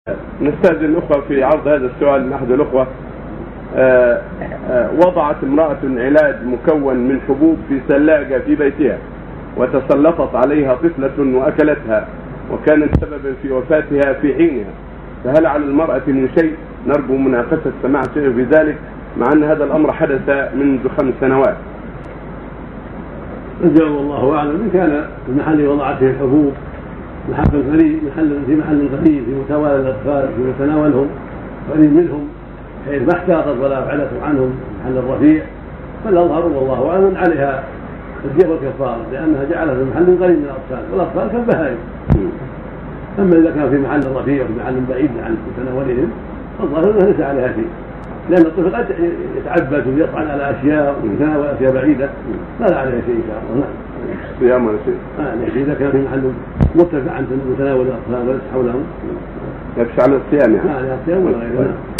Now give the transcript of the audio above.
نستأذن الأخوة في عرض هذا السؤال من أحد الأخوة. وضعت امرأة علاج مكون من حبوب في ثلاجة في بيتها وتسلطت عليها طفلة وأكلتها وكانت سببا في وفاتها في حينها، فهل على المرأة من شيء؟ نرجو مناقشة سماعة شيء في ذلك مع أن هذا الأمر حدث منذ 5 سنوات. الجواب الله أعلم. إن كان المحل وضعت فيه الحبوب في محل قريب في متوالى الأطفال في متناولهم قريب منهم حيث ما احتاطت ولا أبعدت عنهم محل الرفيع، فالأظهر والله أعلم عليها الدية والكفارة لأنها جعلها في محل قريب من الأطفال والأطفال كالبهائم. أما إذا كان في محل رفيع وفي محل بعيد عن متناولهم فالظاهر أنها ليس عليها شيء، لأن الطفل قد يتعبد ويطعن على أشياء ويتناول أشياء بعيدة لا عليها شيء إن شاء الله. صيام ولا شيء؟ إذا كان في محل مرتفع عن متناول الأطفال وليس حولهم يخشى على الصيام يعني. على الصيام ولا غيره.